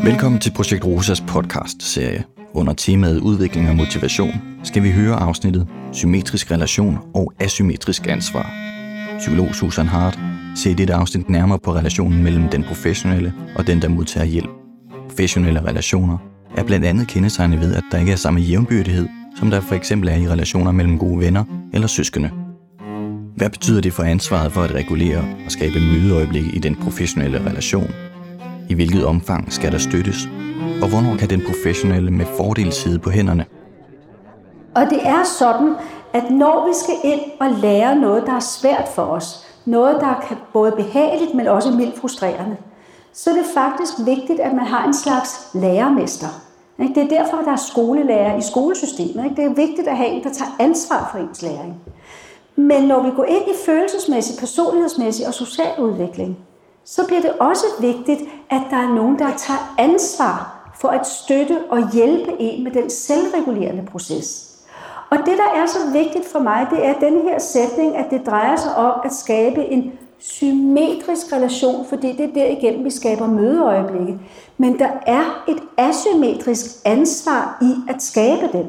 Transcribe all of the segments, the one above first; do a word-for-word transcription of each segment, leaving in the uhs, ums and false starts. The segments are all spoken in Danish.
Velkommen til Projekt Rosas podcast-serie. Under temaet udvikling og motivation skal vi høre afsnittet Symmetrisk relation og asymmetrisk ansvar. Psykolog Susan Hart ser i dette afsnit nærmere på relationen mellem den professionelle og den, der modtager hjælp. Professionelle relationer er blandt andet kendetegnet ved, at der ikke er samme jævnbyrdighed, som der for eksempel er i relationer mellem gode venner eller søskende. Hvad betyder det for ansvaret for at regulere og skabe mødeøjeblikke i den professionelle relation? I hvilket omfang skal der støttes? Og hvornår kan den professionelle med fordel sidde på hænderne? Og det er sådan, at når vi skal ind og lære noget, der er svært for os, noget, der kan både behageligt, men også mildt frustrerende, så er det faktisk vigtigt, at man har en slags lærermester. Det er derfor, der er skolelærer i skolesystemet. Det er vigtigt at have en, der tager ansvar for ens læring. Men når vi går ind i følelsesmæssig, personlighedsmæssig og social udvikling, så bliver det også vigtigt, at der er nogen, der tager ansvar for at støtte og hjælpe en med den selvregulerende proces. Og det, der er så vigtigt for mig, det er den her sætning, at det drejer sig om at skabe en symmetrisk relation, fordi det er derigennem, vi skaber mødeøjeblikke. Men der er et asymmetrisk ansvar i at skabe den.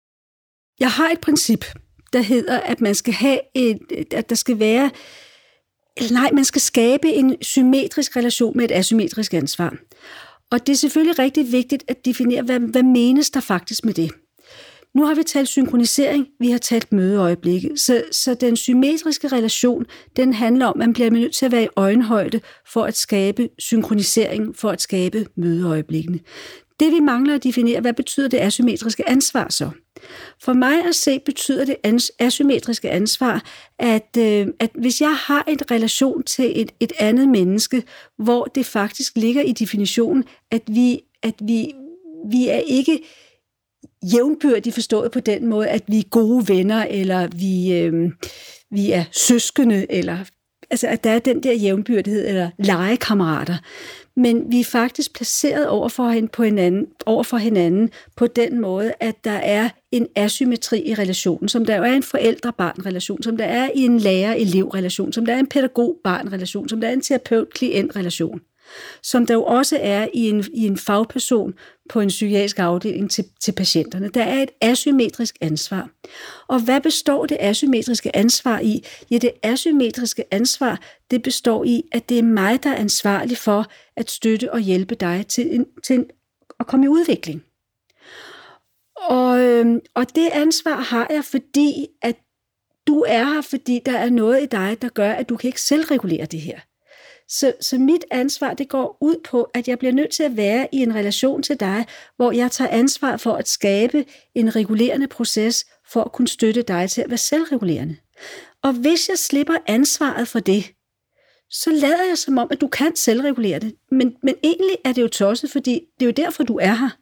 Jeg har et princip, der hedder, at man skal have et, at der skal være, eller nej, man skal skabe en symmetrisk relation med et asymmetrisk ansvar. Og det er selvfølgelig rigtig vigtigt at definere, hvad, hvad menes der faktisk med det. Nu har vi talt synkronisering, vi har talt mødeøjeblikke, så, så den symmetriske relation, den handler om, at man bliver nødt til at være i øjenhøjde for at skabe synkronisering, for at skabe mødeøjeblikkene. Det vi mangler at definere, hvad betyder det asymmetriske ansvar så? For mig at se betyder det asymmetriske ansvar, at, øh, at hvis jeg har en relation til et, et andet menneske, hvor det faktisk ligger i definitionen, at vi, at vi, vi er ikke jævnbyrdigt forstået på den måde, at vi er gode venner, eller vi, øh, vi er søskende, eller altså at der er den der jævnbyrdighed, eller legekammerater. Men vi er faktisk placeret over for, hende på hinanden, over for hinanden på den måde, at der er en asymmetri i relationen, som der jo er en forældre-barn-relation, som der er i en lærer-elev-relation, som der er en pædagog-barn-relation, som der er en terapeut-klient-relation, som der jo også er i en, i en fagperson på en psykiatrisk afdeling til, til patienterne. Der er et asymmetrisk ansvar. Og hvad består det asymmetriske ansvar i? Ja, det asymmetriske ansvar, det består i, at det er mig, der er ansvarlig for at støtte og hjælpe dig til, en, til en, at komme i udvikling. Og, øhm, og det ansvar har jeg, fordi at du er her, fordi der er noget i dig, der gør, at du kan ikke selv regulere det her. Så, så mit ansvar, det går ud på, at jeg bliver nødt til at være i en relation til dig, hvor jeg tager ansvar for at skabe en regulerende proces, for at kunne støtte dig til at være selvregulerende. Og hvis jeg slipper ansvaret for det, så lader jeg som om, at du kan selvregulere det. Men, men egentlig er det jo tosset, fordi det er jo derfor, du er her.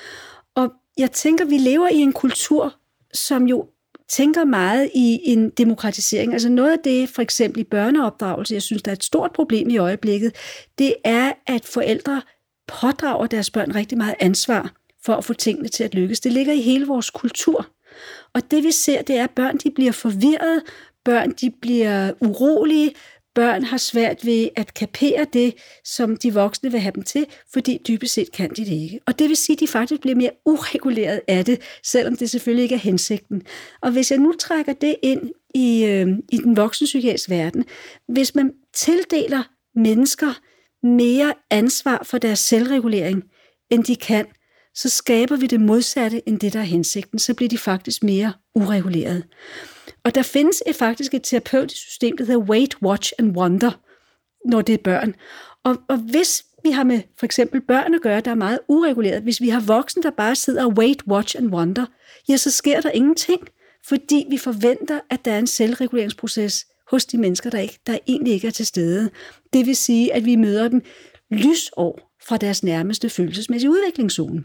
Og jeg tænker, vi lever i en kultur, som jo tænker meget i en demokratisering. Altså noget af det, for eksempel i børneopdragelse, jeg synes, der er et stort problem i øjeblikket, det er, at forældre pådrager deres børn rigtig meget ansvar for at få tingene til at lykkes. Det ligger i hele vores kultur. Og det vi ser, det er, at børn de bliver forvirrede, børn de bliver urolige, børn har svært ved at kapere det, som de voksne vil have dem til, fordi dybest set kan de det ikke. Og det vil sige, at de faktisk bliver mere ureguleret af det, selvom det selvfølgelig ikke er hensigten. Og hvis jeg nu trækker det ind i, øh, i den voksenpsykiatriske verden, hvis man tildeler mennesker mere ansvar for deres selvregulering, end de kan, så skaber vi det modsatte end det, der er hensigten. Så bliver de faktisk mere ureguleret. Og der findes et, faktisk et terapeutisk system, der hedder Wait, Watch and Wonder, når det er børn. Og, og hvis vi har med for eksempel børn at gøre, der er meget ureguleret, hvis vi har voksne, der bare sidder og Wait, Watch and Wonder, ja, så sker der ingenting, fordi vi forventer, at der er en selvreguleringsproces hos de mennesker, der, ikke, der egentlig ikke er til stede. Det vil sige, at vi møder dem lysår fra deres nærmeste følelsesmæssige udviklingszone.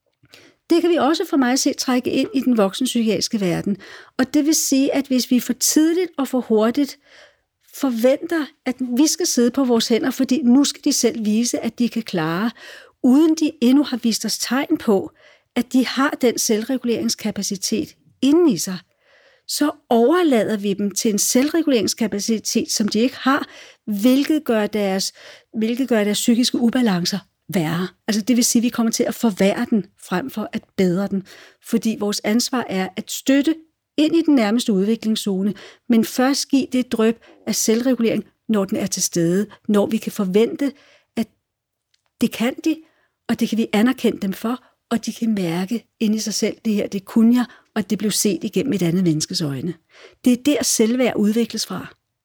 Det kan vi også for mig se trække ind i den voksenpsykiatriske verden. Og det vil sige, at hvis vi for tidligt og for hurtigt forventer, at vi skal sidde på vores hænder, fordi nu skal de selv vise, at de kan klare, uden de endnu har vist os tegn på, at de har den selvreguleringskapacitet inden i sig, så overlader vi dem til en selvreguleringskapacitet, som de ikke har, hvilket gør deres, hvilket gør deres psykiske ubalancer værre. Altså det vil sige, at vi kommer til at forværre den, frem for at bedre den. Fordi vores ansvar er at støtte ind i den nærmeste udviklingszone, men først give det dryp af selvregulering, når den er til stede, når vi kan forvente, at det kan de, og det kan vi anerkende dem for, og de kan mærke ind i sig selv, det her, det kunne jeg, og det blev set igennem et andet menneskes øjne. Det er der selvværd udvikles fra.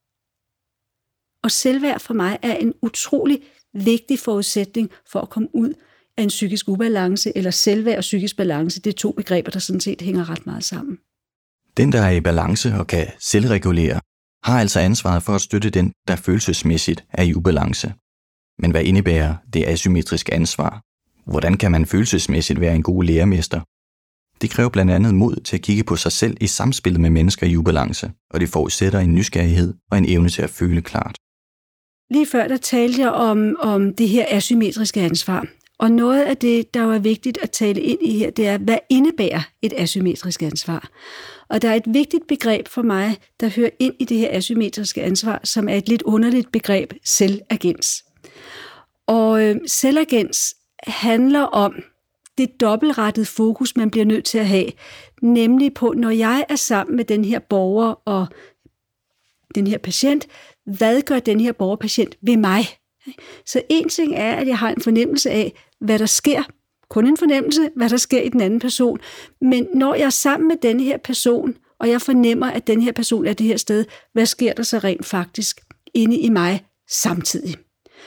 Og selvværd for mig er en utrolig vigtig forudsætning for at komme ud af en psykisk ubalance, eller selvværd og psykisk balance, det er to begreber, der sådan set hænger ret meget sammen. Den, der er i balance og kan selvregulere, har altså ansvaret for at støtte den, der følelsesmæssigt er i ubalance. Men hvad indebærer det asymmetriske ansvar? Hvordan kan man følelsesmæssigt være en god lærermester? Det kræver blandt andet mod til at kigge på sig selv i samspillet med mennesker i ubalance, og det forudsætter en nysgerrighed og en evne til at føle klart. Lige før der talte jeg om, om det her asymmetriske ansvar, og noget af det, der var vigtigt at tale ind i her, det er, hvad indebærer et asymmetrisk ansvar? Og der er et vigtigt begreb for mig, der hører ind i det her asymmetriske ansvar, som er et lidt underligt begreb, selvagens. Og øh, selvagens handler om det dobbeltrettede fokus, man bliver nødt til at have, nemlig på, når jeg er sammen med den her borger og den her patient, hvad gør den her borgerpatient ved mig? Så en ting er, at jeg har en fornemmelse af, hvad der sker, kun en fornemmelse, hvad der sker i den anden person, men når jeg er sammen med den her person, og jeg fornemmer, at den her person er det her sted, hvad sker der så rent faktisk inde i mig samtidig?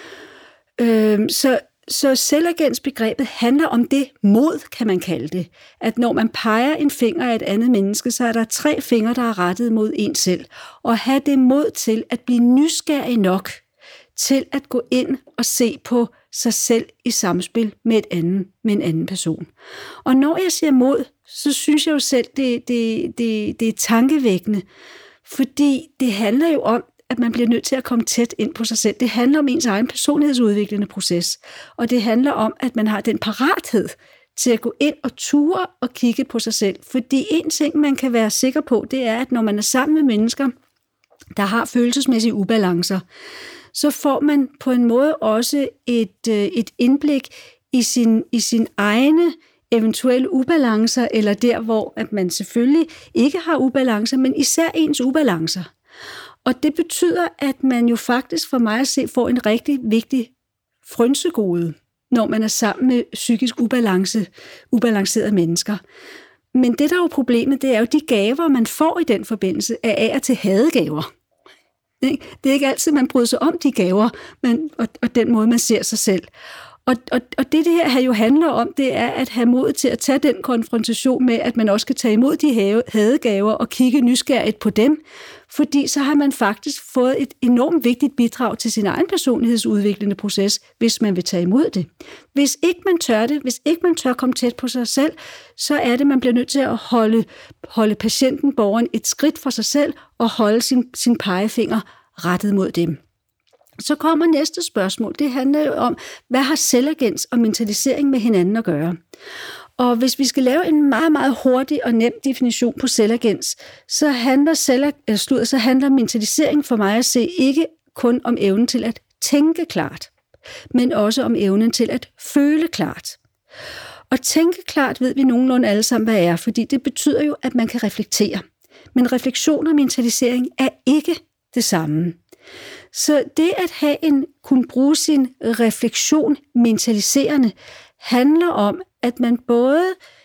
Øhm, så Så selvagens-begrebet handler om det mod, kan man kalde det. At når man peger en finger af et andet menneske, så er der tre fingre, der er rettet mod en selv. Og have det mod til at blive nysgerrig nok til at gå ind og se på sig selv i samspil med, et anden, med en anden person. Og når jeg siger mod, så synes jeg jo selv, det, det, det, det er tankevækkende. Fordi det handler jo om, at man bliver nødt til at komme tæt ind på sig selv. Det handler om ens egen personlighedsudviklende proces, og det handler om, at man har den parathed til at gå ind og ture og kigge på sig selv. Fordi en ting, man kan være sikker på, det er, at når man er sammen med mennesker, der har følelsesmæssige ubalancer, så får man på en måde også et, et indblik i sin, i sin egne eventuelle ubalancer, eller der, hvor at man selvfølgelig ikke har ubalancer, men især ens ubalancer. Og det betyder, at man jo faktisk for mig at se får en rigtig vigtig frynsegode, når man er sammen med psykisk ubalance, ubalancerede mennesker. Men det, der er jo problemet, det er jo de gaver, man får i den forbindelse, er af og til hadegaver. Det er ikke altid, man bryder sig om de gaver, men, og, og den måde, man ser sig selv. Og, og, og det, det her jo handler om, det er at have mod til at tage den konfrontation med, at man også skal tage imod de hadegaver og kigge nysgerrigt på dem, fordi så har man faktisk fået et enormt vigtigt bidrag til sin egen personlighedsudviklende proces, hvis man vil tage imod det. Hvis ikke man tør det, hvis ikke man tør komme tæt på sig selv, så er det, man bliver nødt til at holde, holde patienten, borgeren, et skridt for sig selv og holde sin, sin pegefinger rettet mod dem. Så kommer næste spørgsmål. Det handler jo om, hvad har selvagens og mentalisering med hinanden at gøre? Og hvis vi skal lave en meget, meget hurtig og nem definition på selvagens, så handler, selv- så handler mentalisering for mig at se ikke kun om evnen til at tænke klart, men også om evnen til at føle klart. Og tænke klart ved vi nogenlunde alle sammen, hvad er, fordi det betyder jo, at man kan reflektere. Men refleksion og mentalisering er ikke det samme. Så det at have en, kunne bruge sin refleksion mentaliserende, handler om, at man både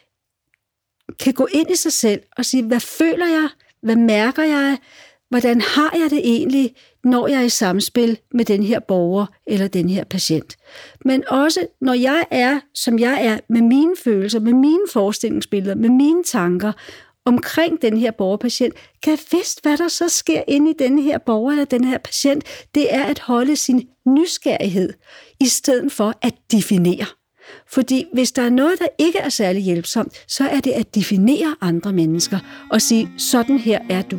kan gå ind i sig selv og sige, hvad føler jeg, hvad mærker jeg, hvordan har jeg det egentlig, når jeg er i samspil med den her borger eller den her patient. Men også når jeg er, som jeg er, med mine følelser, med mine forestillingsbilleder, med mine tanker, omkring den her borgerpatient, kan vidst, hvad der så sker inde i den her borger eller den her patient, det er at holde sin nysgerrighed, i stedet for at definere. Fordi hvis der er noget, der ikke er særlig hjælpsomt, så er det at definere andre mennesker og sige, sådan her er du.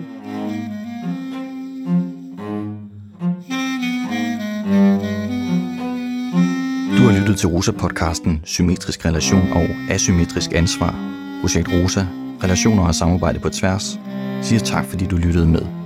Du har lyttet til Rosa-podcasten Symmetrisk relation og asymmetrisk ansvar. Projekt Rosa, relationer og samarbejde på tværs, siger tak, fordi du lyttede med.